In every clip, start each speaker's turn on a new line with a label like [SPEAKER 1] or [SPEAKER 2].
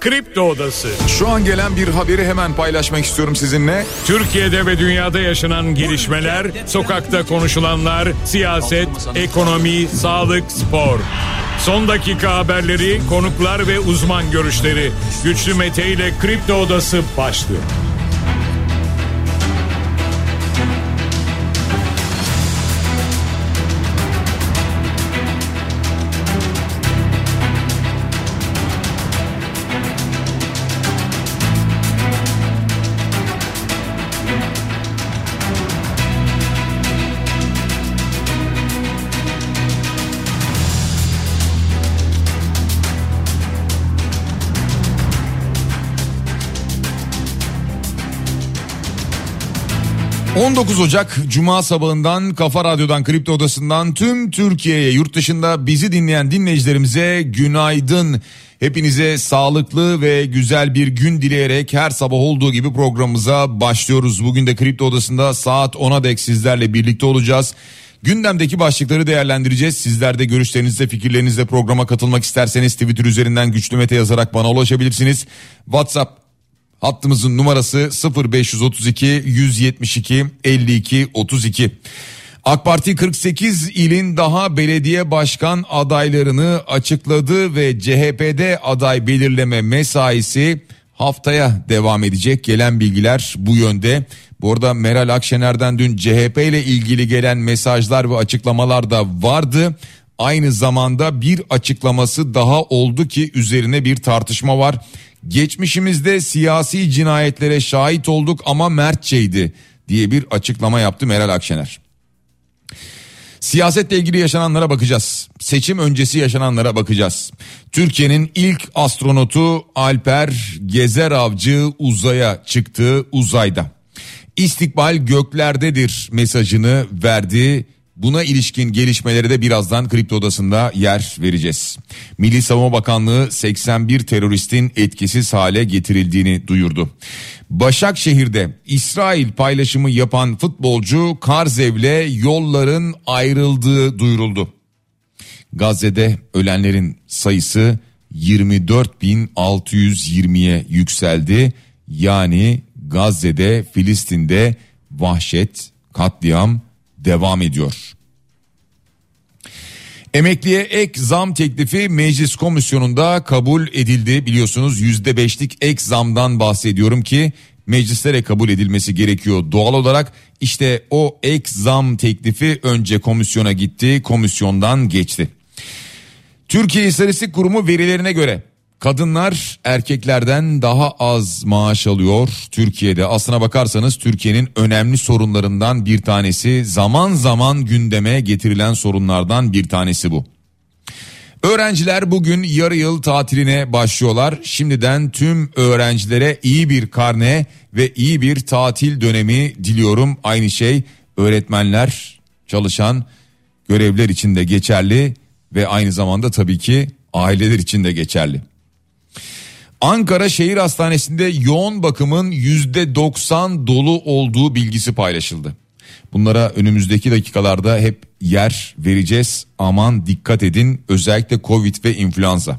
[SPEAKER 1] Kripto Odası.
[SPEAKER 2] Şu an gelen bir haberi hemen paylaşmak istiyorum sizinle.
[SPEAKER 1] Türkiye'de ve dünyada yaşanan gelişmeler, sokakta konuşulanlar, siyaset, ekonomi, sağlık, spor. Son dakika haberleri, konuklar ve uzman görüşleri. Güçlü Mete ile Kripto Odası başlıyor.
[SPEAKER 2] ...19 Ocak Cuma sabahından Kafa Radyo'dan, Kripto Odası'ndan tüm Türkiye'ye, yurt dışında bizi dinleyen dinleyicilerimize günaydın. Hepinize sağlıklı ve güzel bir gün dileyerek her sabah olduğu gibi programımıza başlıyoruz. Bugün de Kripto Odası'nda saat 10'a dek sizlerle birlikte olacağız. Gündemdeki başlıkları değerlendireceğiz. Sizler de görüşlerinizle, fikirlerinizle programa katılmak isterseniz Twitter üzerinden Güçlü Mete yazarak bana ulaşabilirsiniz. WhatsApp hattımızın numarası 0532 172 52 32. AK Parti 48 ilin daha belediye başkan adaylarını açıkladı ve CHP'de aday belirleme mesaisi haftaya devam edecek. Gelen bilgiler bu yönde. Bu arada Meral Akşener'den dün CHP ile ilgili gelen mesajlar ve açıklamalar da vardı. Aynı zamanda bir açıklaması daha oldu ki üzerine bir tartışma var. Geçmişimizde siyasi cinayetlere şahit olduk ama mertçeydi diye bir açıklama yaptı Meral Akşener. Siyasetle ilgili yaşananlara bakacağız. Seçim öncesi yaşananlara bakacağız. Türkiye'nin ilk astronotu Alper Gezeravcı uzaya çıktı, uzayda. İstikbal göklerdedir mesajını verdi. Buna ilişkin gelişmeleri de birazdan Kripto Odası'nda yer vereceğiz. Milli Savunma Bakanlığı 81 teröristin etkisiz hale getirildiğini duyurdu. Başakşehir'de İsrail paylaşımı yapan futbolcu Karzev'le yolların ayrıldığı duyuruldu. Gazze'de ölenlerin sayısı 24.620'ye yükseldi. Yani Gazze'de, Filistin'de vahşet, katliam devam ediyor. Emekliye ek zam teklifi meclis komisyonunda kabul edildi. Biliyorsunuz %5'lik ek zamdan bahsediyorum ki meclislere kabul edilmesi gerekiyor doğal olarak. İşte o ek zam teklifi önce komisyona gitti, komisyondan geçti. Türkiye İstatistik Kurumu verilerine göre kadınlar erkeklerden daha az maaş alıyor Türkiye'de. Aslına bakarsanız Türkiye'nin önemli sorunlarından bir tanesi, zaman zaman gündeme getirilen sorunlardan bir tanesi bu. Öğrenciler bugün yarı yıl tatiline başlıyorlar. Şimdiden tüm öğrencilere iyi bir karne ve iyi bir tatil dönemi diliyorum. Aynı şey öğretmenler, çalışan görevliler için de geçerli ve aynı zamanda tabii ki aileler için de geçerli. Ankara Şehir Hastanesi'nde yoğun bakımın %90 dolu olduğu bilgisi paylaşıldı. Bunlara önümüzdeki dakikalarda hep yer vereceğiz. Aman dikkat edin, özellikle Covid ve influenza.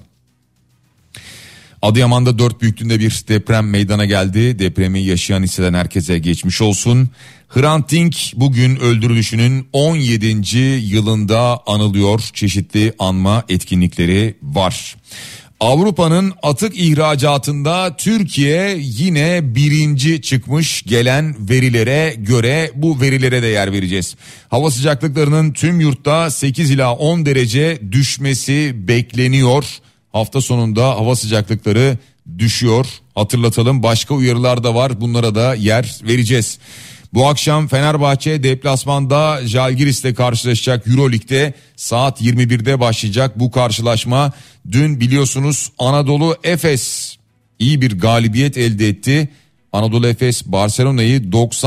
[SPEAKER 2] Adıyaman'da 4 büyüklüğünde bir deprem meydana geldi. Depremi yaşayan, hisseden herkese geçmiş olsun. Hrant Dink bugün öldürülüşünün 17. yılında anılıyor. Çeşitli anma etkinlikleri var. Avrupa'nın atık ihracatında Türkiye yine birinci çıkmış gelen verilere göre. Bu verilere de yer vereceğiz. Hava sıcaklıklarının tüm yurtta 8 ila 10 derece düşmesi bekleniyor. Hafta sonunda hava sıcaklıkları düşüyor. Hatırlatalım, başka uyarılar da var, bunlara da yer vereceğiz. Bu akşam Fenerbahçe deplasmanda Žalgiris'le karşılaşacak. Euroleague'de saat 21'de başlayacak bu karşılaşma. Dün biliyorsunuz Anadolu Efes iyi bir galibiyet elde etti. Anadolu Efes Barcelona'yı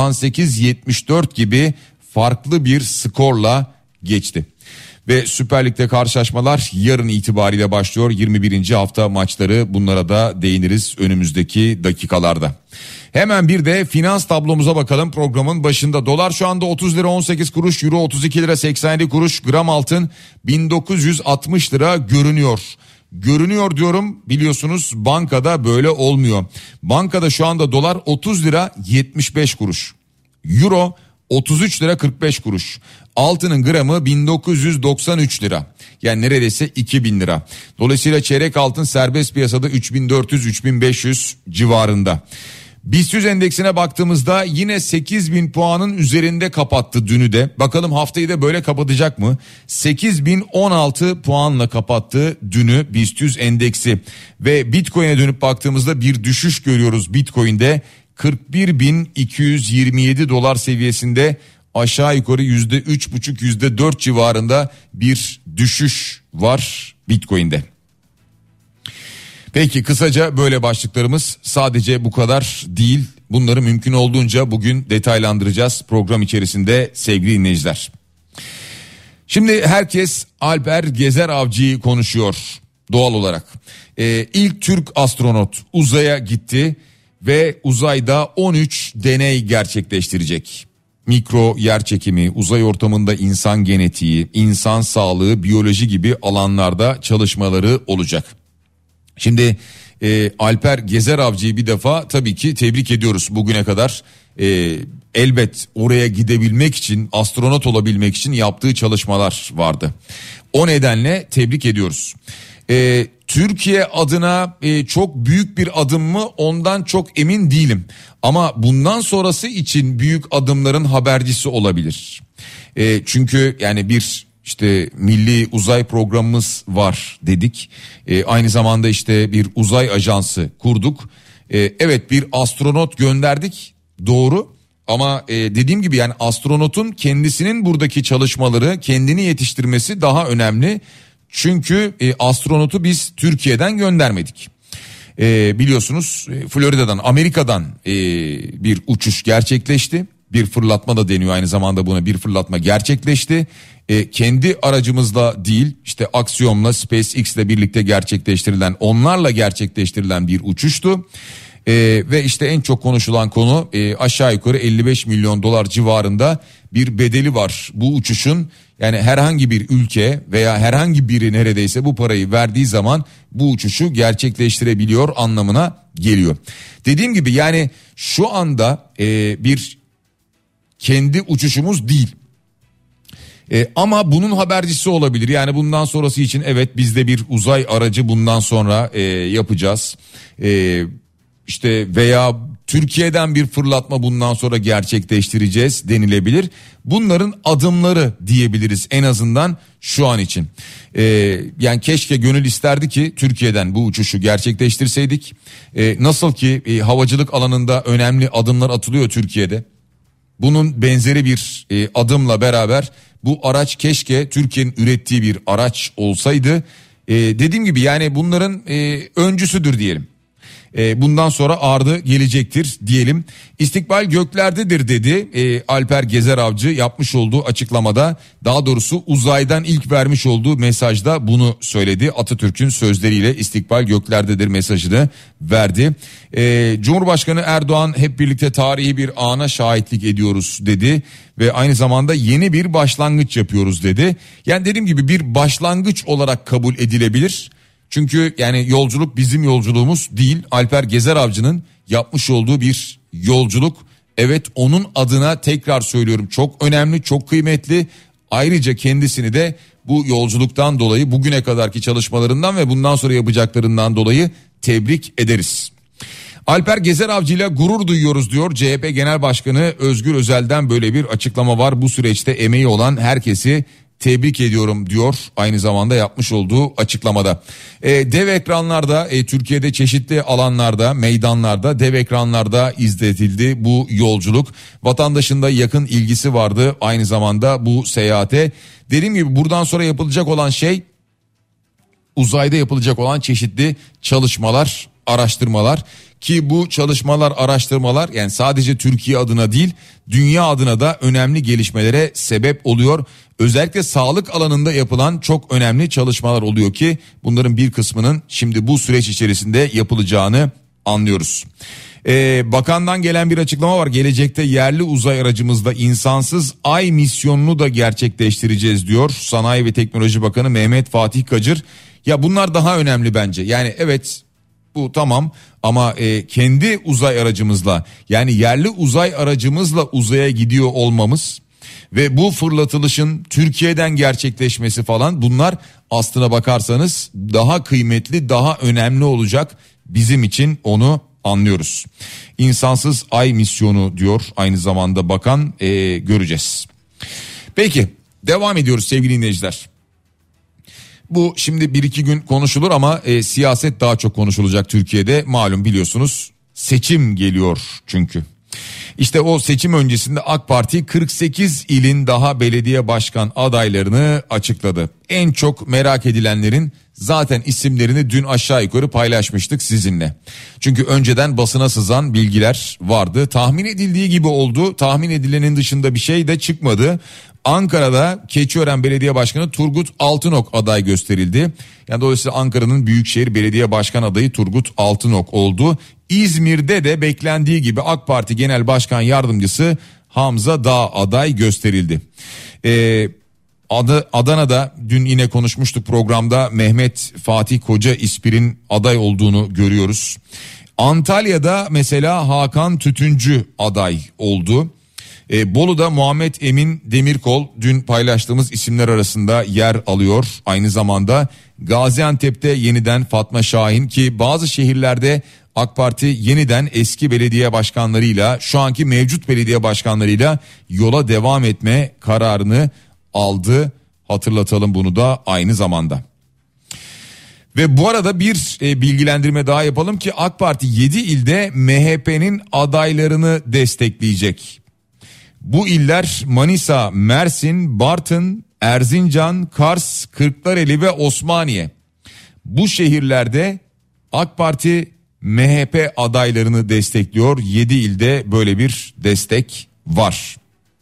[SPEAKER 2] 98-74 gibi farklı bir skorla geçti. Ve Süper Lig'de karşılaşmalar yarın itibariyle başlıyor. 21. hafta maçları, bunlara da değiniriz önümüzdeki dakikalarda. Hemen bir de finans tablomuza bakalım programın başında. Dolar şu anda 30 lira 18 kuruş, euro 32 lira 87 kuruş, gram altın 1960 lira görünüyor. görünüyor diyorum, biliyorsunuz bankada böyle olmuyor. Bankada şu anda dolar 30 lira 75 kuruş. Euro 33 lira 45 kuruş. Altının gramı 1993 lira. Yani neredeyse 2000 lira. Dolayısıyla çeyrek altın serbest piyasada 3400-3500 civarında. BIST 100 endeksine baktığımızda yine 8000 puanın üzerinde kapattı dünü de. Bakalım haftayı da böyle kapatacak mı? 8016 puanla kapattı dünü BIST 100 endeksi. Ve Bitcoin'e dönüp baktığımızda bir düşüş görüyoruz Bitcoin'de. 41.227 dolar seviyesinde aşağı yukarı %3,5 %4 civarında bir düşüş var Bitcoin'de. Peki kısaca böyle başlıklarımız, sadece bu kadar değil. Bunları mümkün olduğunca bugün detaylandıracağız program içerisinde sevgili dinleyiciler. Şimdi herkes Alper Gezer Avcı'yı konuşuyor doğal olarak. İlk Türk astronot uzaya gitti ve uzayda 13 deney gerçekleştirecek. Mikro yer çekimi, uzay ortamında insan genetiği, insan sağlığı, biyoloji gibi alanlarda çalışmaları olacak. Şimdi Alper Gezer Avcı'yı bir defa tabii ki tebrik ediyoruz bugüne kadar. Elbet oraya gidebilmek için, astronot olabilmek için yaptığı çalışmalar vardı. O nedenle tebrik ediyoruz. Türkiye adına çok büyük bir adım mı, ondan çok emin değilim. Ama bundan sonrası için büyük adımların habercisi olabilir. Çünkü yani bir İşte milli uzay programımız var dedik. Aynı zamanda işte bir uzay ajansı kurduk. Evet, bir astronot gönderdik, doğru. Ama dediğim gibi yani astronotun kendisinin buradaki çalışmaları, kendini yetiştirmesi daha önemli. Çünkü astronotu biz Türkiye'den göndermedik. Biliyorsunuz Florida'dan, Amerika'dan bir uçuş gerçekleşti. Bir fırlatma da deniyor aynı zamanda buna, bir fırlatma gerçekleşti. Kendi aracımızla değil, işte Axiom'la, SpaceX'le birlikte gerçekleştirilen, onlarla gerçekleştirilen bir uçuştu. Ve işte en çok konuşulan konu aşağı yukarı 55 milyon dolar civarında bir bedeli var bu uçuşun. Yani herhangi bir ülke veya herhangi biri neredeyse bu parayı verdiği zaman bu uçuşu gerçekleştirebiliyor anlamına geliyor. Dediğim gibi yani şu anda bir kendi uçuşumuz değil. Ama bunun habercisi olabilir. Yani bundan sonrası için evet, biz de bir uzay aracı bundan sonra yapacağız. İşte veya Türkiye'den bir fırlatma bundan sonra gerçekleştireceğiz denilebilir. Bunların adımları diyebiliriz en azından şu an için. Yani keşke, gönül isterdi ki Türkiye'den bu uçuşu gerçekleştirseydik. Nasıl ki havacılık alanında önemli adımlar atılıyor Türkiye'de. Bunun benzeri bir adımla beraber bu araç keşke Türkiye'nin ürettiği bir araç olsaydı. Dediğim gibi yani bunların öncüsüdür diyelim. Bundan sonra ardı gelecektir diyelim. İstikbal göklerdedir dedi Alper Gezer Avcı yapmış olduğu açıklamada. Daha doğrusu uzaydan ilk vermiş olduğu mesajda bunu söyledi. Atatürk'ün sözleriyle istikbal göklerdedir mesajını verdi. Cumhurbaşkanı Erdoğan hep birlikte tarihi bir ana şahitlik ediyoruz dedi. Ve aynı zamanda yeni bir başlangıç yapıyoruz dedi. Yani dediğim gibi bir başlangıç olarak kabul edilebilir. Çünkü yani yolculuk bizim yolculuğumuz değil, Alper Gezer Avcı'nın yapmış olduğu bir yolculuk. Evet, onun adına tekrar söylüyorum, çok önemli, çok kıymetli. Ayrıca kendisini de bu yolculuktan dolayı, bugüne kadarki çalışmalarından ve bundan sonra yapacaklarından dolayı tebrik ederiz. Alper Gezer Avcı ile gurur duyuyoruz diyor CHP Genel Başkanı Özgür Özel'den böyle bir açıklama var. Bu süreçte emeği olan herkesi tebrik ediyorum diyor aynı zamanda yapmış olduğu açıklamada. Dev ekranlarda Türkiye'de çeşitli alanlarda, meydanlarda, dev ekranlarda izletildi bu yolculuk. Vatandaşın da yakın ilgisi vardı aynı zamanda bu seyahate. Dediğim gibi buradan sonra yapılacak olan şey, uzayda yapılacak olan çeşitli çalışmalar, araştırmalar. Ki bu çalışmalar, araştırmalar yani sadece Türkiye adına değil, dünya adına da önemli gelişmelere sebep oluyor. Özellikle sağlık alanında yapılan çok önemli çalışmalar oluyor ki bunların bir kısmının şimdi bu süreç içerisinde yapılacağını anlıyoruz. Bakandan gelen bir açıklama var. Gelecekte yerli uzay aracımızda insansız ay misyonunu da gerçekleştireceğiz diyor Sanayi ve Teknoloji Bakanı Mehmet Fatih Kacır. Ya bunlar daha önemli bence. Yani evet, bu tamam ama kendi uzay aracımızla, yani yerli uzay aracımızla uzaya gidiyor olmamız ve bu fırlatılışın Türkiye'den gerçekleşmesi falan, bunlar aslına bakarsanız daha kıymetli, daha önemli olacak bizim için, onu anlıyoruz. İnsansız ay misyonu diyor aynı zamanda bakan, göreceğiz. Peki devam ediyoruz sevgili dinleyiciler. Bu şimdi 1-2 gün konuşulur ama siyaset daha çok konuşulacak Türkiye'de. Malum, biliyorsunuz, seçim geliyor çünkü. İşte o seçim öncesinde AK Parti 48 ilin daha belediye başkan adaylarını açıkladı. En çok merak edilenlerin zaten isimlerini dün aşağı yukarı paylaşmıştık sizinle. Çünkü önceden basına sızan bilgiler vardı. Tahmin edildiği gibi oldu. Tahmin edilenin dışında bir şey de çıkmadı. Ankara'da Keçiören Belediye Başkanı Turgut Altınok aday gösterildi. Yani dolayısıyla Ankara'nın Büyükşehir Belediye Başkan adayı Turgut Altınok oldu. İzmir'de de beklendiği gibi AK Parti Genel Başkan Yardımcısı Hamza Dağ aday gösterildi. Adana'da dün yine konuşmuştuk programda, Mehmet Fatih Koca İspir'in aday olduğunu görüyoruz. Antalya'da mesela Hakan Tütüncü aday oldu. Bolu'da Muhammed Emin Demirkol dün paylaştığımız isimler arasında yer alıyor. Aynı zamanda Gaziantep'te yeniden Fatma Şahin, ki bazı şehirlerde AK Parti yeniden eski belediye başkanlarıyla, şu anki mevcut belediye başkanlarıyla yola devam etme kararını aldı. Hatırlatalım bunu da aynı zamanda. Ve bu arada bir bilgilendirme daha yapalım ki AK Parti 7 ilde MHP'nin adaylarını destekleyecek. Bu iller Manisa, Mersin, Bartın, Erzincan, Kars, Kırklareli ve Osmaniye. Bu şehirlerde AK Parti MHP adaylarını destekliyor. 7 ilde böyle bir destek var.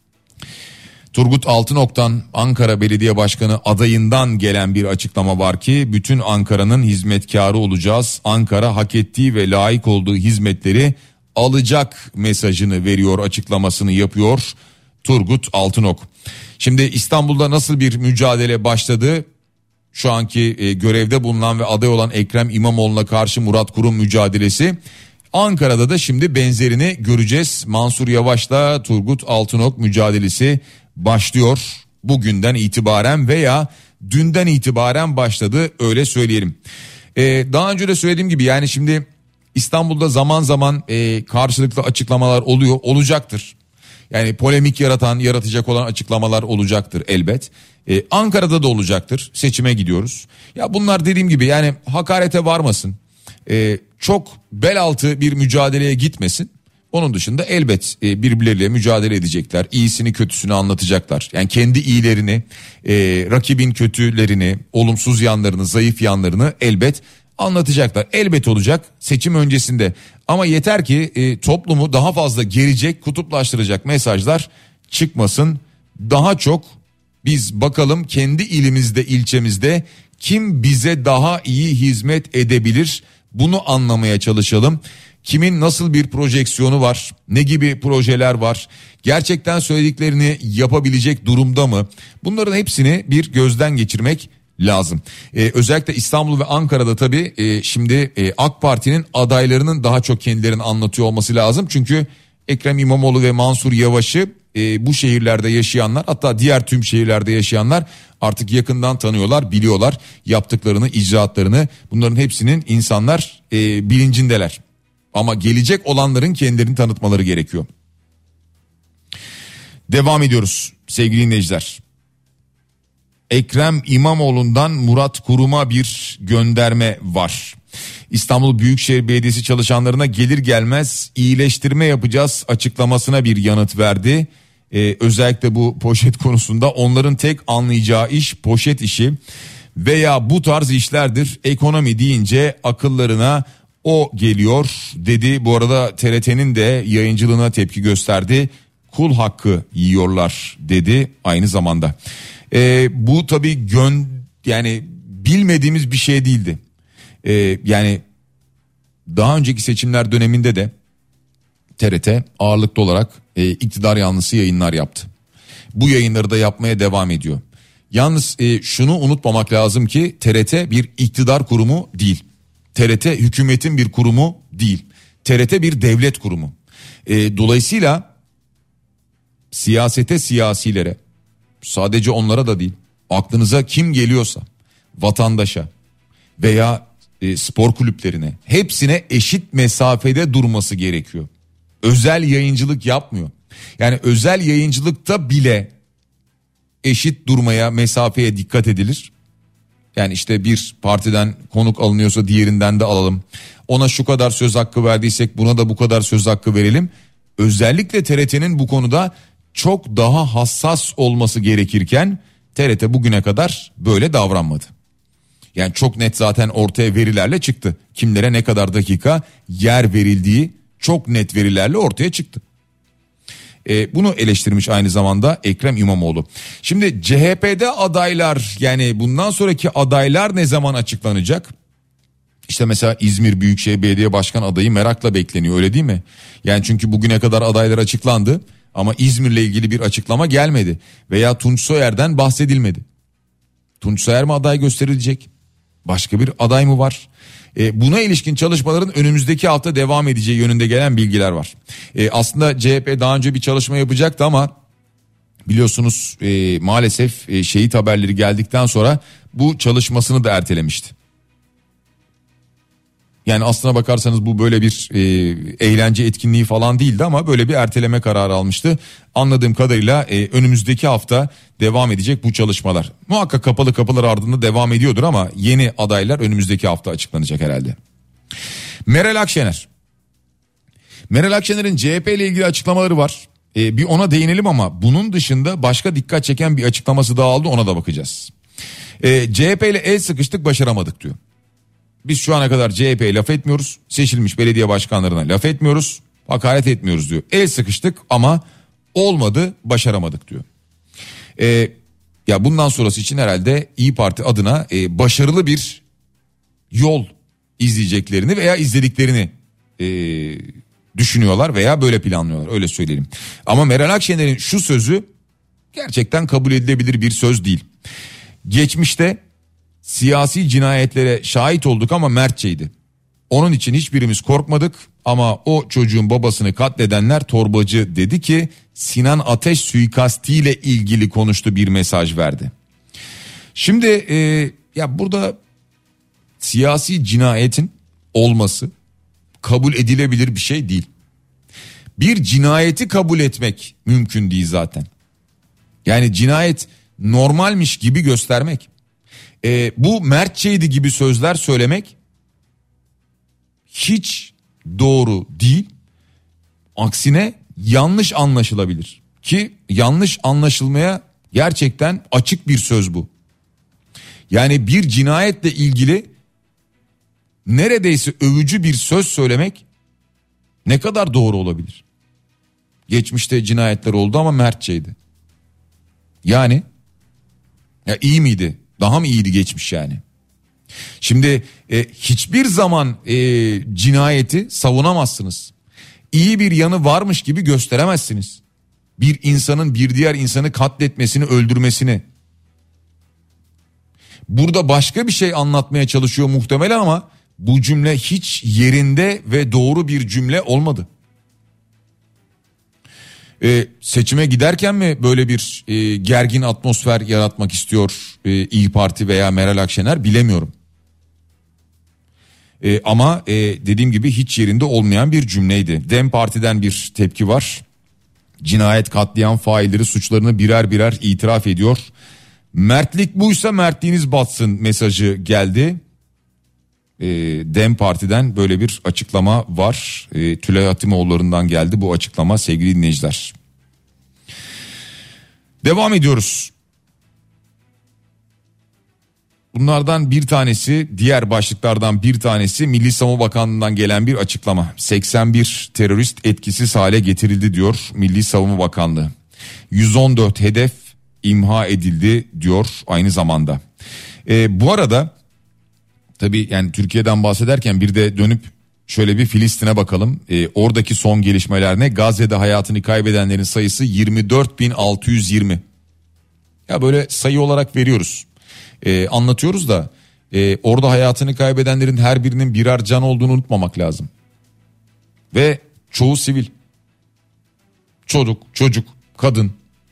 [SPEAKER 2] Turgut Altınok'tan, Ankara Belediye Başkanı adayından gelen bir açıklama var ki bütün Ankara'nın hizmetkarı olacağız. Ankara hak ettiği ve layık olduğu hizmetleri alacak mesajını veriyor, açıklamasını yapıyor Turgut Altınok. Şimdi İstanbul'da nasıl bir mücadele başladı? Şu anki görevde bulunan ve aday olan Ekrem İmamoğlu'na karşı Murat Kurum mücadelesi. Ankara'da da şimdi benzerini göreceğiz. Mansur Yavaş'la Turgut Altınok mücadelesi başlıyor. Bugünden itibaren veya dünden itibaren başladı, öyle söyleyelim. Daha önce de söylediğim gibi, yani şimdi İstanbul'da zaman zaman karşılıklı açıklamalar olacaktır. Yani polemik yaratacak olan açıklamalar olacaktır elbet. Ankara'da da olacaktır. Seçime gidiyoruz. Ya bunlar dediğim gibi yani hakarete varmasın. Çok bel altı bir mücadeleye gitmesin. Onun dışında elbet birbirleriyle mücadele edecekler. İyisini kötüsünü anlatacaklar. Yani kendi iyilerini, rakibin kötülerini, olumsuz yanlarını, zayıf yanlarını elbet anlatacaklar. Elbet olacak seçim öncesinde. Ama yeter ki toplumu daha fazla gerecek, kutuplaştıracak mesajlar çıkmasın. Daha çok biz bakalım kendi ilimizde, ilçemizde kim bize daha iyi hizmet edebilir? Bunu anlamaya çalışalım. Kimin nasıl bir projeksiyonu var? Ne gibi projeler var? Gerçekten söylediklerini yapabilecek durumda mı? Bunların hepsini bir gözden geçirmek lazım. Özellikle İstanbul ve Ankara'da tabii şimdi AK Parti'nin adaylarının daha çok kendilerini anlatıyor olması lazım. Çünkü Ekrem İmamoğlu ve Mansur Yavaş'ı bu şehirlerde yaşayanlar, hatta diğer tüm şehirlerde yaşayanlar artık yakından tanıyorlar, biliyorlar yaptıklarını, icraatlarını. Bunların hepsinin insanlar bilincindeler. Ama gelecek olanların kendilerini tanıtmaları gerekiyor. Devam ediyoruz sevgili dinleyiciler. Ekrem İmamoğlu'ndan Murat Kurum'a bir gönderme var. İstanbul Büyükşehir Belediyesi çalışanlarına gelir gelmez iyileştirme yapacağız açıklamasına bir yanıt verdi. Özellikle bu poşet konusunda onların tek anlayacağı iş poşet işi veya bu tarz işlerdir. Ekonomi deyince akıllarına o geliyor dedi. Bu arada TRT'nin de yayıncılığına tepki gösterdi. Kul hakkı yiyorlar dedi aynı zamanda. Bu tabii yani bilmediğimiz bir şey değildi. Yani daha önceki seçimler döneminde de TRT ağırlıklı olarak iktidar yanlısı yayınlar yaptı. Bu yayınları da yapmaya devam ediyor. Yalnız şunu unutmamak lazım ki TRT bir iktidar kurumu değil. TRT hükümetin bir kurumu değil. TRT bir devlet kurumu. Dolayısıyla siyasete, siyasilere, sadece onlara da değil, aklınıza kim geliyorsa, vatandaşa veya spor kulüplerine, hepsine eşit mesafede durması gerekiyor. Özel yayıncılık yapmıyor. Yani özel yayıncılıkta bile eşit durmaya, mesafeye dikkat edilir. Yani işte bir partiden konuk alınıyorsa diğerinden de alalım. Ona şu kadar söz hakkı verdiysek buna da bu kadar söz hakkı verelim. Özellikle TRT'nin bu konuda çok daha hassas olması gerekirken TRT bugüne kadar böyle davranmadı. Yani çok net zaten ortaya verilerle çıktı. Kimlere ne kadar dakika yer verildiği çok net verilerle ortaya çıktı. Bunu eleştirmiş aynı zamanda Ekrem İmamoğlu. Şimdi CHP'de adaylar, yani bundan sonraki adaylar ne zaman açıklanacak? İşte mesela İzmir Büyükşehir Belediye Başkan adayı merakla bekleniyor, öyle değil mi? Yani çünkü bugüne kadar adaylar açıklandı ama İzmir'le ilgili bir açıklama gelmedi. Veya Tunç Soyer'den bahsedilmedi. Tunç Soyer mi aday gösterilecek? Başka bir aday mı var? Buna ilişkin çalışmaların önümüzdeki hafta devam edeceği yönünde gelen bilgiler var. Aslında CHP daha önce bir çalışma yapacaktı ama biliyorsunuz maalesef şehit haberleri geldikten sonra bu çalışmasını da ertelemişti. Yani aslına bakarsanız bu böyle bir eğlence etkinliği falan değildi ama böyle bir erteleme kararı almıştı. Anladığım kadarıyla önümüzdeki hafta devam edecek bu çalışmalar. Muhakkak kapalı kapılar ardında devam ediyordur ama yeni adaylar önümüzdeki hafta açıklanacak herhalde. Meral Akşener. Meral Akşener'in CHP ile ilgili açıklamaları var. Bir ona değinelim ama bunun dışında başka dikkat çeken bir açıklaması daha aldı, ona da bakacağız. CHP ile el sıkıştık, başaramadık diyor. Biz şu ana kadar CHP'ye laf etmiyoruz. Seçilmiş belediye başkanlarına laf etmiyoruz. Hakaret etmiyoruz diyor. El sıkıştık ama olmadı, başaramadık diyor. Ya bundan sonrası için herhalde İYİ Parti adına başarılı bir yol izleyeceklerini veya izlediklerini düşünüyorlar veya böyle planlıyorlar, öyle söyleyelim. Ama Meral Akşener'in şu sözü gerçekten kabul edilebilir bir söz değil. Geçmişte siyasi cinayetlere şahit olduk ama mertçeydi. Onun için hiçbirimiz korkmadık ama o çocuğun babasını katledenler torbacı dedi ki Sinan Ateş suikastiyle ilgili konuştu, bir mesaj verdi. Şimdi ya burada siyasi cinayetin olması kabul edilebilir bir şey değil. Bir cinayeti kabul etmek mümkün değil zaten. Yani cinayet normalmiş gibi göstermek, bu mertçeydi gibi sözler söylemek hiç doğru değil. Aksine yanlış anlaşılabilir ki yanlış anlaşılmaya gerçekten açık bir söz bu. Yani bir cinayetle ilgili neredeyse övücü bir söz söylemek ne kadar doğru olabilir? Geçmişte cinayetler oldu ama mertçeydi. Yani ya iyi miydi? Daha mı iyiydi geçmiş yani? Şimdi hiçbir zaman cinayeti savunamazsınız. İyi bir yanı varmış gibi gösteremezsiniz. Bir insanın bir diğer insanı katletmesini, öldürmesini. Burada başka bir şey anlatmaya çalışıyor muhtemelen ama bu cümle hiç yerinde ve doğru bir cümle olmadı. Seçime giderken mi böyle bir gergin atmosfer yaratmak istiyor İYİ Parti veya Meral Akşener, bilemiyorum. Ama dediğim gibi hiç yerinde olmayan bir cümleydi. DEM Parti'den bir tepki var. Cinayet, katliam failleri suçlarını birer birer itiraf ediyor. Mertlik buysa mertliğiniz batsın mesajı geldi. DEM Parti'den böyle bir açıklama var. Tülay Hatimoğulları'ndan geldi bu açıklama sevgili dinleyiciler. Devam ediyoruz. Bunlardan bir tanesi, diğer başlıklardan bir tanesi Milli Savunma Bakanlığı'ndan gelen bir açıklama. 81 terörist etkisiz hale getirildi diyor Milli Savunma Bakanlığı. 114 hedef imha edildi diyor aynı zamanda. Bu arada tabii yani Türkiye'den bahsederken bir de dönüp şöyle bir Filistin'e bakalım. Oradaki son gelişmeler ne? Gazze'de hayatını kaybedenlerin sayısı 24.620. Ya böyle sayı olarak veriyoruz. Anlatıyoruz da orada hayatını kaybedenlerin her birinin birer can olduğunu unutmamak lazım. Ve çoğu sivil. Çocuk, kadın.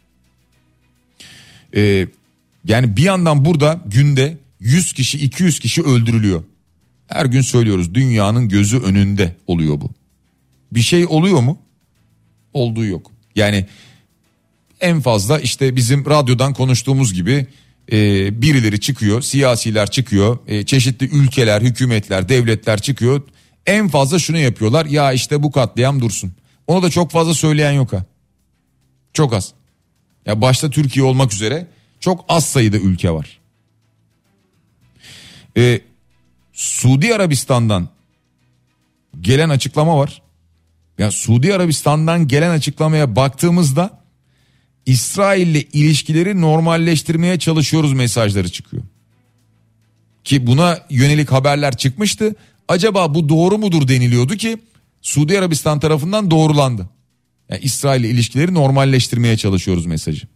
[SPEAKER 2] Yani bir yandan burada günde 100 kişi 200 kişi öldürülüyor. Her gün söylüyoruz, dünyanın gözü önünde oluyor bu. Bir şey oluyor mu? Olduğu yok. Yani en fazla işte bizim radyodan konuştuğumuz gibi birileri çıkıyor, siyasiler çıkıyor, çeşitli ülkeler, hükümetler, devletler çıkıyor. En fazla şunu yapıyorlar, ya işte bu katliam dursun. Onu da çok fazla söyleyen yok ha. Çok az. Ya başta Türkiye olmak üzere çok az sayıda ülke var. Suudi Arabistan'dan gelen açıklama var. Ya Suudi Arabistan'dan gelen açıklamaya baktığımızda İsrail'le ilişkileri normalleştirmeye çalışıyoruz mesajları çıkıyor. Ki buna yönelik haberler çıkmıştı. Acaba bu doğru mudur deniliyordu ki Suudi Arabistan tarafından doğrulandı. Yani İsrail'le ilişkileri normalleştirmeye çalışıyoruz mesajı.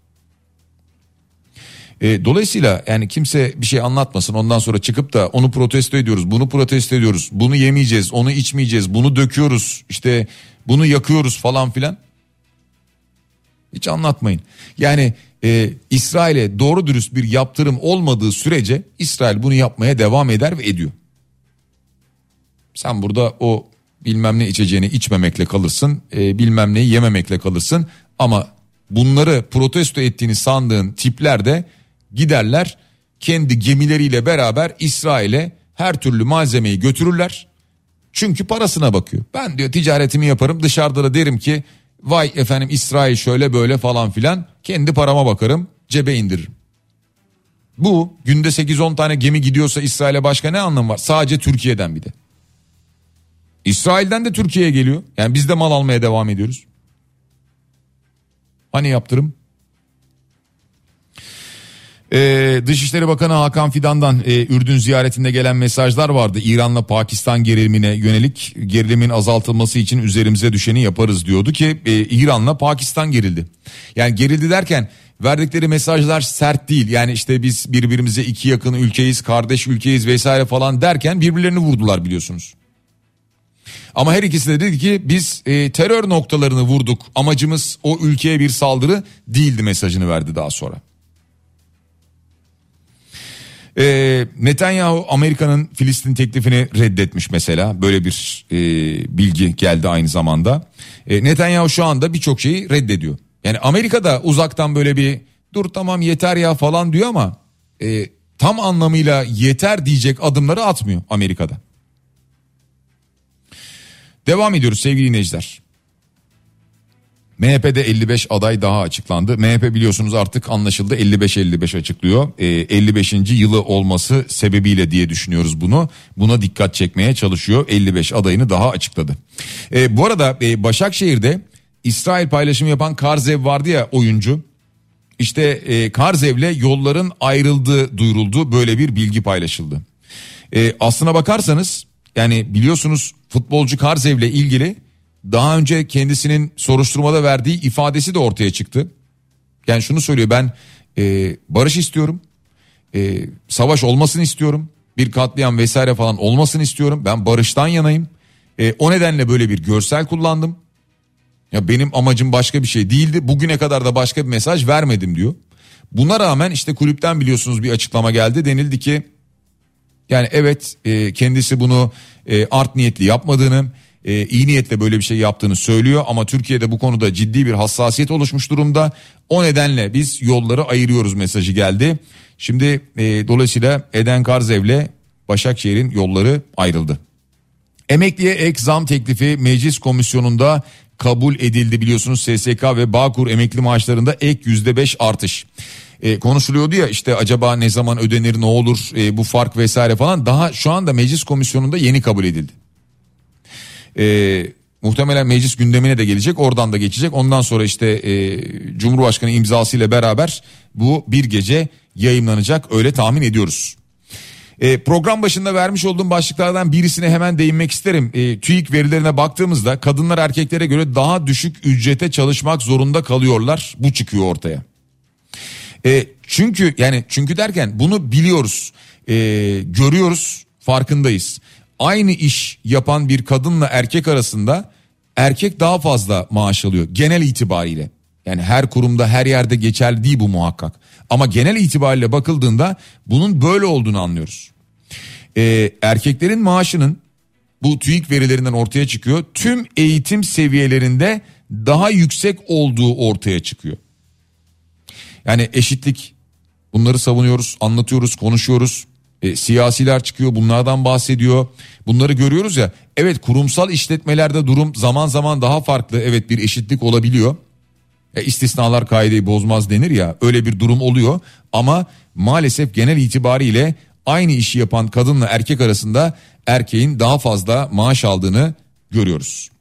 [SPEAKER 2] Dolayısıyla yani kimse bir şey anlatmasın, ondan sonra çıkıp da onu protesto ediyoruz, bunu protesto ediyoruz, bunu yemeyeceğiz, onu içmeyeceğiz, bunu döküyoruz, işte bunu yakıyoruz falan filan. Hiç anlatmayın. Yani İsrail'e doğru dürüst bir yaptırım olmadığı sürece İsrail bunu yapmaya devam eder ve ediyor. Sen burada o bilmem ne içeceğini içmemekle kalırsın, bilmem neyi yememekle kalırsın, ama bunları protesto ettiğini sandığın tipler de giderler kendi gemileriyle beraber İsrail'e her türlü malzemeyi götürürler. Çünkü parasına bakıyor. Ben diyor ticaretimi yaparım, dışarıda da derim ki vay efendim İsrail şöyle böyle falan filan, kendi parama bakarım, cebe indiririm. Bu günde 8-10 tane gemi gidiyorsa İsrail'e başka ne anlamı var? Sadece Türkiye'den bir de. İsrail'den de Türkiye'ye geliyor. Yani biz de mal almaya devam ediyoruz. Hani yaptırım? Dışişleri Bakanı Hakan Fidan'dan Ürdün ziyaretinde gelen mesajlar vardı. İran'la Pakistan gerilimine yönelik, gerilimin azaltılması için üzerimize düşeni yaparız diyordu ki İran'la Pakistan gerildi. Yani gerildi derken verdikleri mesajlar sert değil. Yani işte biz birbirimize iki yakın ülkeyiz, kardeş ülkeyiz vesaire falan derken birbirlerini vurdular biliyorsunuz. Ama her ikisi de dedi ki biz terör noktalarını vurduk, amacımız o ülkeye bir saldırı değildi mesajını verdi daha sonra. Netanyahu Amerika'nın Filistin teklifini reddetmiş mesela, böyle bir bilgi geldi aynı zamanda. Netanyahu şu anda birçok şeyi reddediyor. Yani Amerika'da uzaktan böyle bir dur tamam yeter ya falan diyor ama tam anlamıyla yeter diyecek adımları atmıyor Amerika'da. Devam ediyoruz sevgili dinleyiciler. MHP'de 55 aday daha açıklandı. MHP biliyorsunuz artık anlaşıldı, 55 açıklıyor. 55. yılı olması sebebiyle diye düşünüyoruz bunu. Buna dikkat çekmeye çalışıyor. 55 adayını daha açıkladı. Bu arada Başakşehir'de İsrail paylaşımı yapan Karzev vardı ya, oyuncu. İşte Karzev'le yolların ayrıldığı duyuruldu. Böyle bir bilgi paylaşıldı. Aslına bakarsanız yani biliyorsunuz futbolcu Karzev'le ilgili daha önce kendisinin soruşturmada verdiği ifadesi de ortaya çıktı. Yani şunu söylüyor, ben barış istiyorum, savaş olmasını istiyorum, bir katliam vesaire falan olmasını istiyorum, ben barıştan yanayım. O nedenle böyle bir görsel kullandım. Ya benim amacım başka bir şey değildi, bugüne kadar da başka bir mesaj vermedim diyor. Buna rağmen işte kulüpten biliyorsunuz bir açıklama geldi, denildi ki yani evet kendisi bunu art niyetli yapmadığını, iyi niyetle böyle bir şey yaptığını söylüyor ama Türkiye'de bu konuda ciddi bir hassasiyet oluşmuş durumda. O nedenle biz yolları ayırıyoruz mesajı geldi. Şimdi dolayısıyla Eden Karzev'le Başakşehir'in yolları ayrıldı. Emekliye ek zam teklifi meclis komisyonunda kabul edildi biliyorsunuz. SSK ve Bağkur emekli maaşlarında ek %5 artış. Konuşuluyordu ya işte acaba ne zaman ödenir, ne olur bu fark vesaire falan, daha şu anda meclis komisyonunda yeni kabul edildi. Muhtemelen meclis gündemine de gelecek, oradan da geçecek, ondan sonra işte Cumhurbaşkanı imzasıyla beraber bu bir gece yayımlanacak, öyle tahmin ediyoruz. Program başında vermiş olduğum başlıklardan birisine hemen değinmek isterim. TÜİK verilerine baktığımızda kadınlar erkeklere göre daha düşük ücrete çalışmak zorunda kalıyorlar, bu çıkıyor ortaya. Çünkü derken bunu biliyoruz, görüyoruz, farkındayız. Aynı iş yapan bir kadınla erkek arasında erkek daha fazla maaş alıyor genel itibariyle. Yani her kurumda her yerde geçerli değil bu muhakkak. Ama genel itibariyle bakıldığında bunun böyle olduğunu anlıyoruz. Erkeklerin maaşının bu TÜİK verilerinden ortaya çıkıyor. Tüm eğitim seviyelerinde daha yüksek olduğu ortaya çıkıyor. Yani eşitlik, bunları savunuyoruz, anlatıyoruz, konuşuyoruz. Siyasiler çıkıyor, bunlardan bahsediyor. Bunları görüyoruz ya. Evet, kurumsal işletmelerde durum zaman zaman daha farklı. Evet, bir eşitlik olabiliyor. İstisnalar kaideyi bozmaz denir ya, öyle bir durum oluyor. Ama maalesef genel itibariyle aynı işi yapan kadınla erkek arasında erkeğin daha fazla maaş aldığını görüyoruz.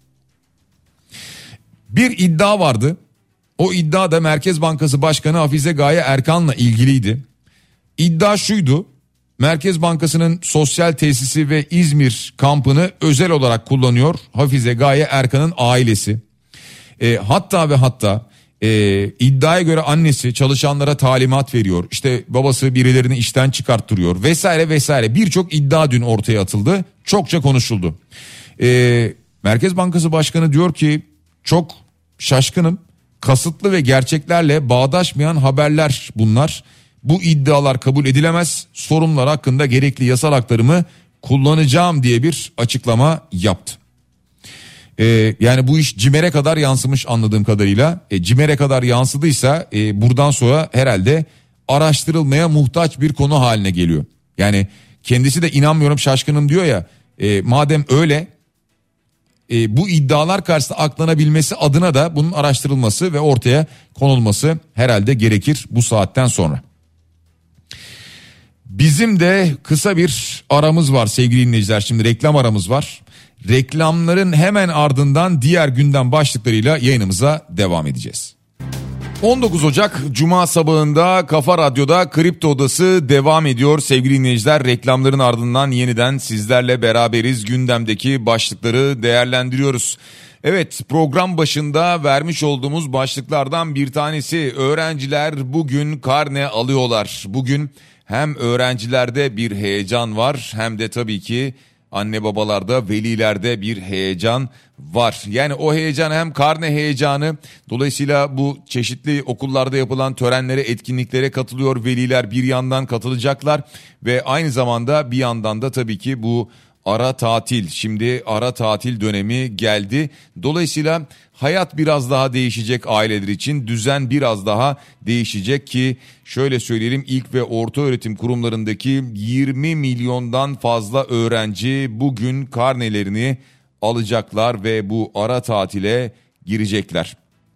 [SPEAKER 2] Bir iddia vardı. O iddia da Merkez Bankası Başkanı Hafize Gaye Erkan'la ilgiliydi. İddia şuydu: Merkez Bankası'nın sosyal tesisi ve İzmir kampını özel olarak kullanıyor Hafize Gaye Erkan'ın ailesi. Hatta iddiaya göre annesi çalışanlara talimat veriyor. İşte babası birilerini işten çıkarttırıyor vesaire vesaire. Birçok iddia dün ortaya atıldı. Çokça konuşuldu. Merkez Bankası Başkanı diyor ki çok şaşkınım. Kasıtlı ve gerçeklerle bağdaşmayan haberler bunlar. Bu iddialar kabul edilemez. Sorunlar hakkında gerekli yasal aktarımı kullanacağım diye bir açıklama yaptı. Yani bu iş CİMER'e kadar yansımış anladığım kadarıyla. CİMER'e kadar yansıdıysa buradan sonra herhalde araştırılmaya muhtaç bir konu haline geliyor. Yani kendisi de inanmıyorum, şaşkınım diyor ya. Madem öyle, bu iddialar karşısında aklanabilmesi adına da bunun araştırılması ve ortaya konulması herhalde gerekir bu saatten sonra. Bizim de kısa bir aramız var sevgili dinleyiciler. Şimdi reklam aramız var. Reklamların hemen ardından diğer gündem başlıklarıyla yayınımıza devam edeceğiz. 19 Ocak Cuma sabahında Kafa Radyo'da Kripto Odası devam ediyor sevgili dinleyiciler. Reklamların ardından yeniden sizlerle beraberiz. Gündemdeki başlıkları değerlendiriyoruz. Evet, program başında vermiş olduğumuz başlıklardan bir tanesi: öğrenciler bugün karne alıyorlar. Bugün hem öğrencilerde bir heyecan var hem de tabii ki anne babalarda, velilerde bir heyecan var. Yani o heyecan hem karne heyecanı, dolayısıyla bu çeşitli okullarda yapılan törenlere, etkinliklere katılıyor veliler, bir yandan katılacaklar ve aynı zamanda bir yandan da tabii ki bu ara tatil, şimdi ara tatil dönemi geldi. Dolayısıyla hayat biraz daha değişecek aileler için, düzen biraz daha değişecek ki şöyle söyleyelim, ilk ve orta öğretim kurumlarındaki 20 milyondan fazla öğrenci bugün karnelerini alacaklar ve bu ara tatile girecekler.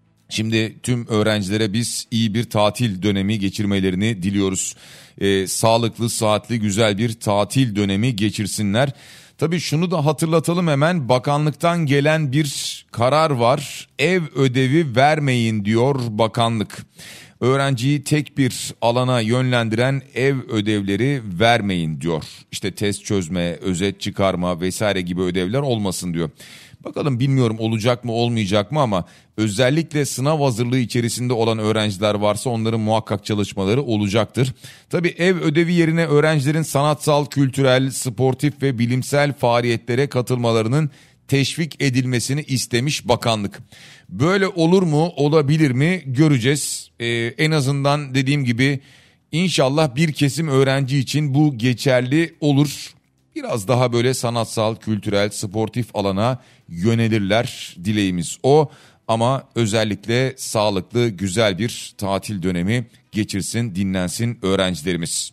[SPEAKER 2] Şimdi tüm öğrencilere biz iyi bir tatil dönemi geçirmelerini diliyoruz. Sağlıklı, saatli, güzel bir tatil dönemi geçirsinler. Tabii şunu da hatırlatalım hemen, bakanlıktan gelen bir karar var. Ev ödevi vermeyin diyor bakanlık. Öğrenciyi tek bir alana yönlendiren ev ödevleri vermeyin diyor. İşte test çözme, özet çıkarma vesaire gibi ödevler olmasın diyor. Bakalım, bilmiyorum olacak mı olmayacak mı, ama özellikle sınav hazırlığı içerisinde olan öğrenciler varsa onların muhakkak çalışmaları olacaktır. Tabii ev ödevi yerine öğrencilerin sanatsal, kültürel, sportif ve bilimsel faaliyetlere katılmalarının teşvik edilmesini istemiş bakanlık. Böyle olur mu, olabilir mi göreceğiz. En azından dediğim gibi inşallah bir kesim öğrenci için bu geçerli olur. Biraz daha böyle sanatsal, kültürel, sportif alana yönelirler, dileğimiz o. Ama özellikle sağlıklı, güzel bir tatil dönemi geçirsin, dinlensin öğrencilerimiz.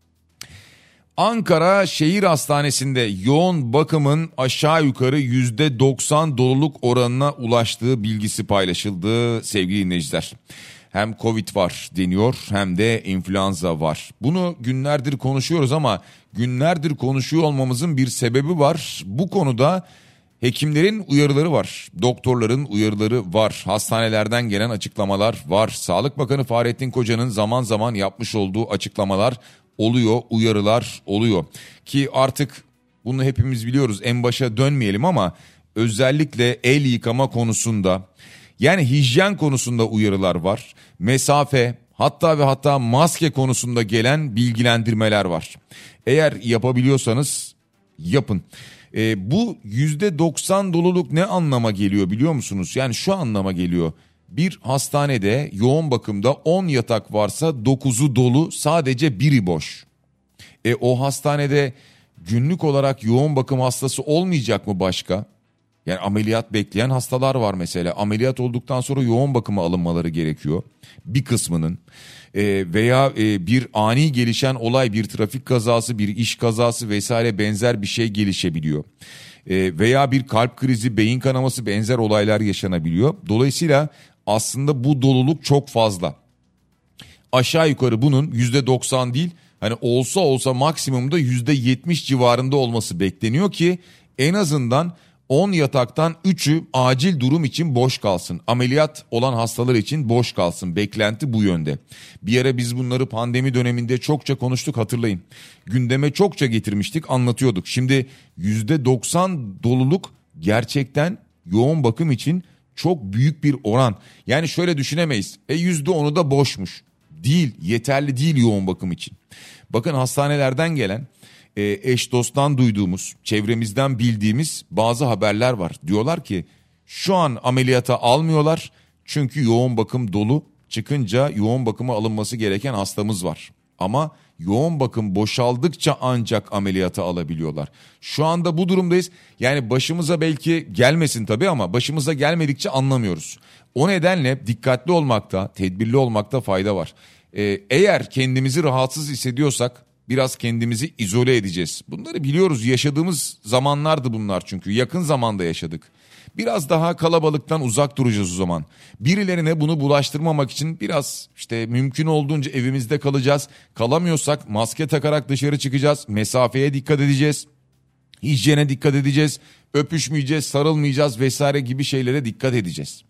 [SPEAKER 2] Ankara Şehir Hastanesi'nde yoğun bakımın aşağı yukarı %90 doluluk oranına ulaştığı bilgisi paylaşıldı sevgili dinleyiciler. Hem Covid var deniyor hem de influenza var. Bunu günlerdir konuşuyoruz ama günlerdir konuşuyor olmamızın bir sebebi var. Bu konuda hekimlerin uyarıları var, doktorların uyarıları var, hastanelerden gelen açıklamalar var. Sağlık Bakanı Fahrettin Koca'nın zaman zaman yapmış olduğu açıklamalar oluyor, uyarılar oluyor. Ki artık bunu hepimiz biliyoruz, en başa dönmeyelim ama özellikle el yıkama konusunda, yani hijyen konusunda uyarılar var. Mesafe, hatta maske konusunda gelen bilgilendirmeler var. Eğer yapabiliyorsanız yapın. Bu %90 doluluk ne anlama geliyor biliyor musunuz? Yani şu anlama geliyor. Bir hastanede yoğun bakımda 10 yatak varsa 9'u dolu, sadece biri boş. O hastanede günlük olarak yoğun bakım hastası olmayacak mı başka? Yani ameliyat bekleyen hastalar var mesela. Ameliyat olduktan sonra yoğun bakıma alınmaları gerekiyor bir kısmının. Veya bir ani gelişen olay, bir trafik kazası, bir iş kazası vesaire benzer bir şey gelişebiliyor. Veya bir kalp krizi, beyin kanaması benzer olaylar yaşanabiliyor. Dolayısıyla aslında bu doluluk çok fazla. Aşağı yukarı bunun %90 değil, hani olsa maksimumda %70 civarında olması bekleniyor ki en azından 10 yataktan 3'ü acil durum için boş kalsın. Ameliyat olan hastalar için boş kalsın. Beklenti bu yönde. Bir ara biz bunları pandemi döneminde çokça konuştuk, hatırlayın. Gündeme çokça getirmiştik, anlatıyorduk. Şimdi %90 doluluk gerçekten yoğun bakım için çok büyük bir oran. Yani şöyle düşünemeyiz. %10'u da boşmuş. Değil, yeterli değil yoğun bakım için. Bakın hastanelerden gelen, eş dosttan duyduğumuz, çevremizden bildiğimiz bazı haberler var. Diyorlar ki şu an ameliyata almıyorlar çünkü yoğun bakım dolu, çıkınca yoğun bakıma alınması gereken hastamız var. Ama yoğun bakım boşaldıkça ancak ameliyata alabiliyorlar. Şu anda bu durumdayız. Yani başımıza belki gelmesin tabii ama başımıza gelmedikçe anlamıyoruz. O nedenle dikkatli olmakta, tedbirli olmakta fayda var. Eğer kendimizi rahatsız hissediyorsak biraz kendimizi izole edeceğiz. Bunları biliyoruz, yaşadığımız zamanlardı bunlar çünkü yakın zamanda yaşadık. Biraz daha kalabalıktan uzak duracağız o zaman. Birilerine bunu bulaştırmamak için biraz mümkün olduğunca evimizde kalacağız. Kalamıyorsak maske takarak dışarı çıkacağız. Mesafeye dikkat edeceğiz. Hijyene dikkat edeceğiz. Öpüşmeyeceğiz, sarılmayacağız vesaire gibi şeylere dikkat edeceğiz.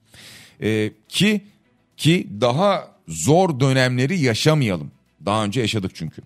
[SPEAKER 2] Ki daha zor dönemleri yaşamayalım. Daha önce yaşadık çünkü.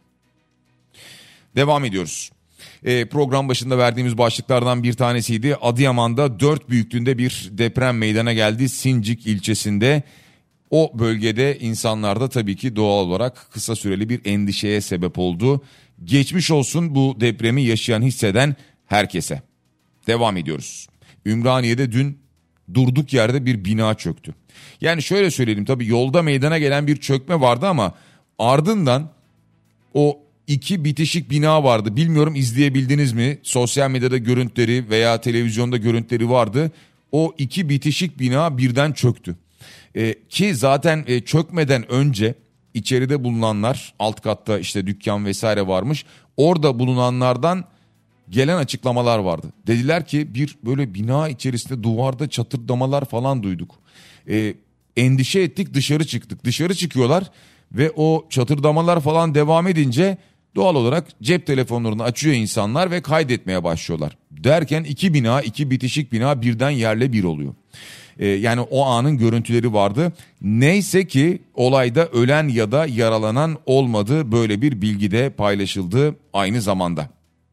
[SPEAKER 2] Devam ediyoruz. Program başında verdiğimiz başlıklardan bir tanesiydi. Adıyaman'da 4 büyüklüğünde bir deprem meydana geldi. Sincik ilçesinde. O bölgede insanlarda tabii ki doğal olarak kısa süreli bir endişeye sebep oldu. Geçmiş olsun bu depremi yaşayan, hisseden herkese. Devam ediyoruz. Ümraniye'de dün durduk yerde bir bina çöktü. Yani şöyle söyleyelim, tabii yolda meydana gelen bir çökme vardı ama ardından o 2 bitişik bina vardı. Bilmiyorum izleyebildiniz mi? Sosyal medyada görüntüleri veya televizyonda görüntüleri vardı. O 2 bitişik bina birden çöktü. Ki zaten çökmeden önce içeride bulunanlar, alt katta dükkan vesaire varmış. Orada bulunanlardan gelen açıklamalar vardı. Dediler ki bir böyle bina içerisinde duvarda çatırdamalar falan duyduk. Endişe ettik, dışarı çıktık. Dışarı çıkıyorlar ve o çatırdamalar falan devam edince doğal olarak cep telefonlarını açıyor insanlar ve kaydetmeye başlıyorlar. Derken 2 bitişik bina birden yerle bir oluyor. Yani o anın görüntüleri vardı. Neyse ki olayda ölen ya da yaralanan olmadı. Böyle bir bilgi de paylaşıldı aynı zamanda.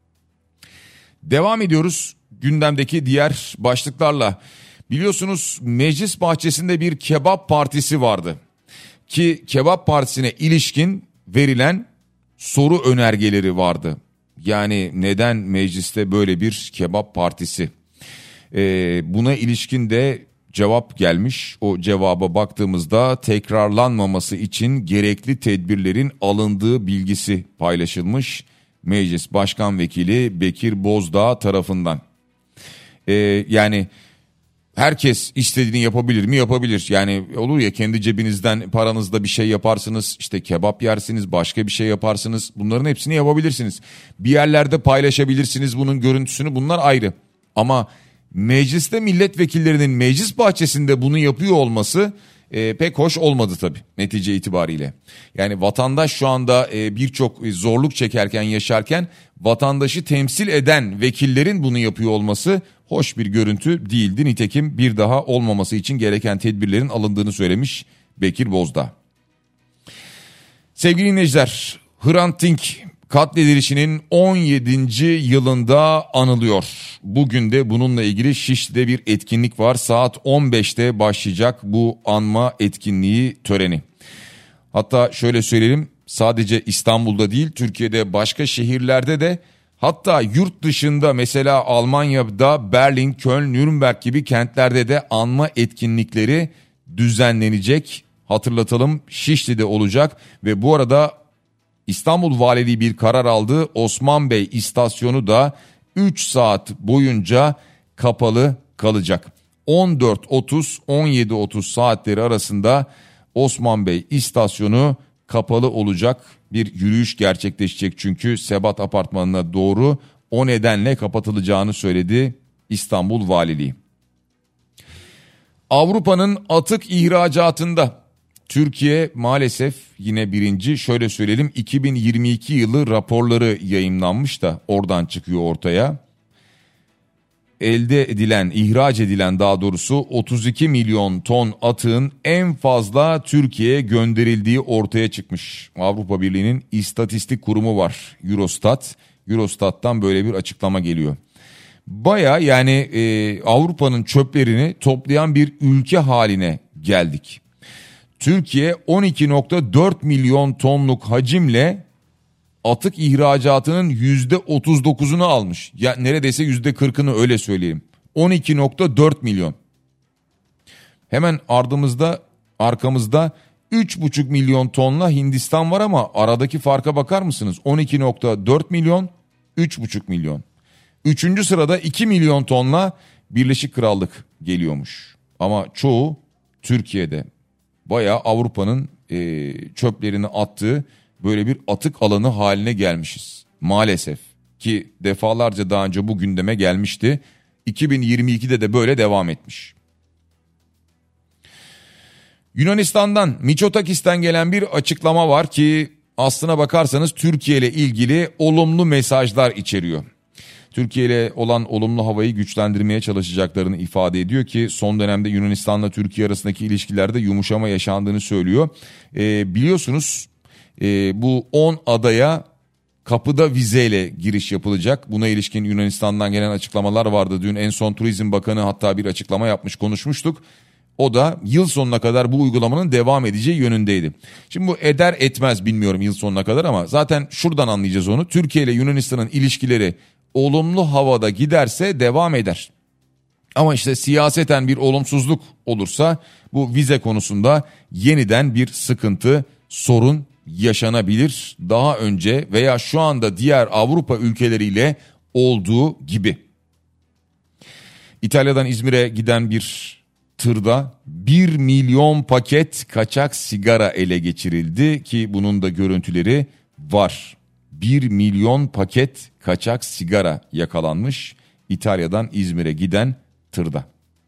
[SPEAKER 2] Devam ediyoruz gündemdeki diğer başlıklarla. Biliyorsunuz meclis bahçesinde bir kebap partisi vardı. Ki kebap partisine ilişkin verilen soru önergeleri vardı. Yani neden mecliste böyle bir kebap partisi? Buna ilişkin de cevap gelmiş. O cevaba baktığımızda tekrarlanmaması için gerekli tedbirlerin alındığı bilgisi paylaşılmış. Meclis Başkan Vekili Bekir Bozdağ tarafından. Yani herkes istediğini yapabilir mi? Yapabilir. Yani olur ya, kendi cebinizden paranızda bir şey yaparsınız, kebap yersiniz, başka bir şey yaparsınız. Bunların hepsini yapabilirsiniz. Bir yerlerde paylaşabilirsiniz bunun görüntüsünü, bunlar ayrı. Ama mecliste milletvekillerinin meclis bahçesinde bunu yapıyor olması pek hoş olmadı tabii netice itibariyle. Yani vatandaş şu anda birçok zorluk çekerken, yaşarken vatandaşı temsil eden vekillerin bunu yapıyor olması hoş bir görüntü değildi. Nitekim bir daha olmaması için gereken tedbirlerin alındığını söylemiş Bekir Bozdağ. Sevgili dinleyiciler, Hrant Dink katledilişinin 17. yılında anılıyor. Bugün de bununla ilgili Şişli'de bir etkinlik var. Saat 15'te başlayacak bu anma etkinliği töreni. Hatta şöyle söyleyelim, sadece İstanbul'da değil, Türkiye'de başka şehirlerde de, hatta yurt dışında mesela Almanya'da Berlin, Köln, Nürnberg gibi kentlerde de anma etkinlikleri düzenlenecek. Hatırlatalım, Şişli'de olacak ve bu arada İstanbul Valiliği bir karar aldı. Osman Bey istasyonu da 3 saat boyunca kapalı kalacak. 14.30-17.30 saatleri arasında Osman Bey istasyonu kapalı olacak. Bir yürüyüş gerçekleşecek çünkü Sebat Apartmanı'na doğru, o nedenle kapatılacağını söyledi İstanbul Valiliği. Avrupa'nın atık ihracatında Türkiye maalesef yine birinci. Şöyle söyleyelim, 2022 yılı raporları yayımlanmış da oradan çıkıyor ortaya. İhraç edilen daha doğrusu 32 milyon ton atığın en fazla Türkiye'ye gönderildiği ortaya çıkmış. Avrupa Birliği'nin İstatistik Kurumu var, Eurostat. Eurostat'tan böyle bir açıklama geliyor. Baya yani Avrupa'nın çöplerini toplayan bir ülke haline geldik. Türkiye 12.4 milyon tonluk hacimle atık ihracatının %39'unu almış. Ya neredeyse %40'ını, öyle söyleyeyim. 12.4 milyon. Hemen arkamızda 3.5 milyon tonla Hindistan var ama aradaki farka bakar mısınız? 12.4 milyon, 3.5 milyon. Üçüncü sırada 2 milyon tonla Birleşik Krallık geliyormuş. Ama çoğu Türkiye'de. Bayağı Avrupa'nın çöplerini attığı böyle bir atık alanı haline gelmişiz. Maalesef ki defalarca daha önce bu gündeme gelmişti. 2022'de de böyle devam etmiş. Yunanistan'dan, Mitsotakis'ten gelen bir açıklama var ki aslına bakarsanız Türkiye ile ilgili olumlu mesajlar içeriyor. Türkiye ile olan olumlu havayı güçlendirmeye çalışacaklarını ifade ediyor ki son dönemde Yunanistan'la Türkiye arasındaki ilişkilerde yumuşama yaşandığını söylüyor. Biliyorsunuz bu 10 adaya kapıda vizeyle giriş yapılacak. Buna ilişkin Yunanistan'dan gelen açıklamalar vardı. Dün en son Turizm Bakanı hatta bir açıklama yapmış, konuşmuştuk. O da yıl sonuna kadar bu uygulamanın devam edeceği yönündeydi. Şimdi bu eder etmez bilmiyorum yıl sonuna kadar ama zaten şuradan anlayacağız onu. Türkiye ile Yunanistan'ın ilişkileri olumlu havada giderse devam eder. Ama işte siyaseten bir olumsuzluk olursa bu vize konusunda yeniden bir sıkıntı, sorun yaşanabilir. Daha önce veya şu anda diğer Avrupa ülkeleriyle olduğu gibi. İtalya'dan İzmir'e giden bir tırda 1 milyon paket kaçak sigara ele geçirildi ki bunun da görüntüleri var. 1 milyon paket kaçak sigara yakalanmış İtalya'dan İzmir'e giden tırda.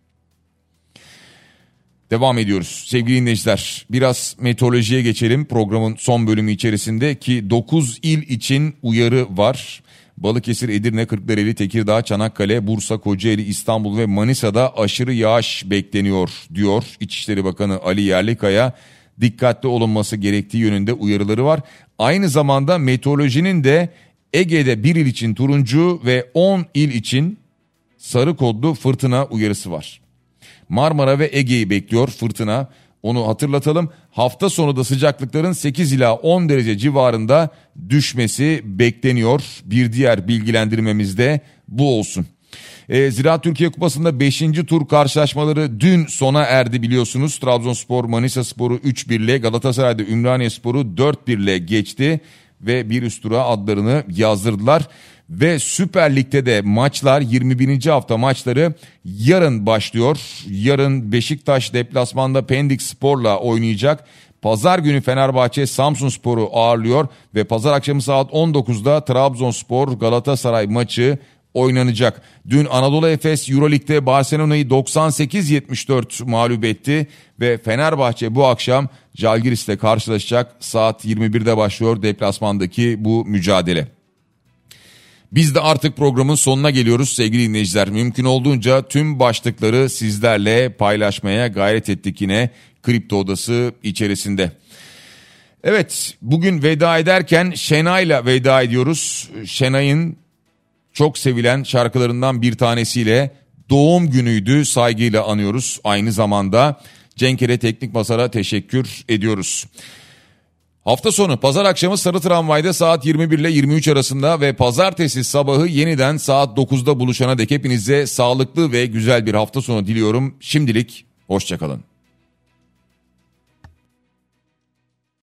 [SPEAKER 2] Devam ediyoruz sevgili dinleyiciler. Biraz meteorolojiye geçelim programın son bölümü içerisinde ki 9 il için uyarı var. Balıkesir, Edirne, Kırklareli, Tekirdağ, Çanakkale, Bursa, Kocaeli, İstanbul ve Manisa'da aşırı yağış bekleniyor diyor İçişleri Bakanı Ali Yerlikaya. Dikkatli olunması gerektiği yönünde uyarıları var. Aynı zamanda meteorolojinin de Ege'de 1 il için turuncu ve 10 il için sarı kodlu fırtına uyarısı var. Marmara ve Ege'yi bekliyor fırtına. Onu hatırlatalım. Hafta sonu da sıcaklıkların 8 ila 10 derece civarında düşmesi bekleniyor. Bir diğer bilgilendirmemiz de bu olsun. Ziraat Türkiye Kupası'nda 5. tur karşılaşmaları dün sona erdi biliyorsunuz. Trabzonspor Manisaspor'u 3-1 ile, Galatasaray'da Ümraniyespor'u 4-1 ile geçti ve bir üst tura adlarını yazdırdılar. Ve Süper Lig'de de maçlar, 21. hafta maçları yarın başlıyor. Yarın Beşiktaş deplasmanda Pendik Spor'la oynayacak. Pazar günü Fenerbahçe Samsunspor'u ağırlıyor ve pazar akşamı saat 19'da Trabzonspor Galatasaray maçı oynanacak. Dün Anadolu Efes Euroleague'de Barcelona'yı 98-74 mağlup etti ve Fenerbahçe bu akşam Žalgiris'le karşılaşacak. Saat 21'de başlıyor deplasmandaki bu mücadele. Biz de artık programın sonuna geliyoruz sevgili dinleyiciler. Mümkün olduğunca tüm başlıkları sizlerle paylaşmaya gayret ettik yine Kripto Odası içerisinde. Evet, bugün veda ederken Şenay'la veda ediyoruz. Şenay'ın çok sevilen şarkılarından bir tanesiyle doğum günüydü, saygıyla anıyoruz. Aynı zamanda Cenkere Teknik Masar'a teşekkür ediyoruz. Hafta sonu pazar akşamı Sarı Tramvay'da saat 21 ile 23 arasında ve pazartesi sabahı yeniden saat 9'da buluşana dek hepinize sağlıklı ve güzel bir hafta sonu diliyorum. Şimdilik hoşçakalın.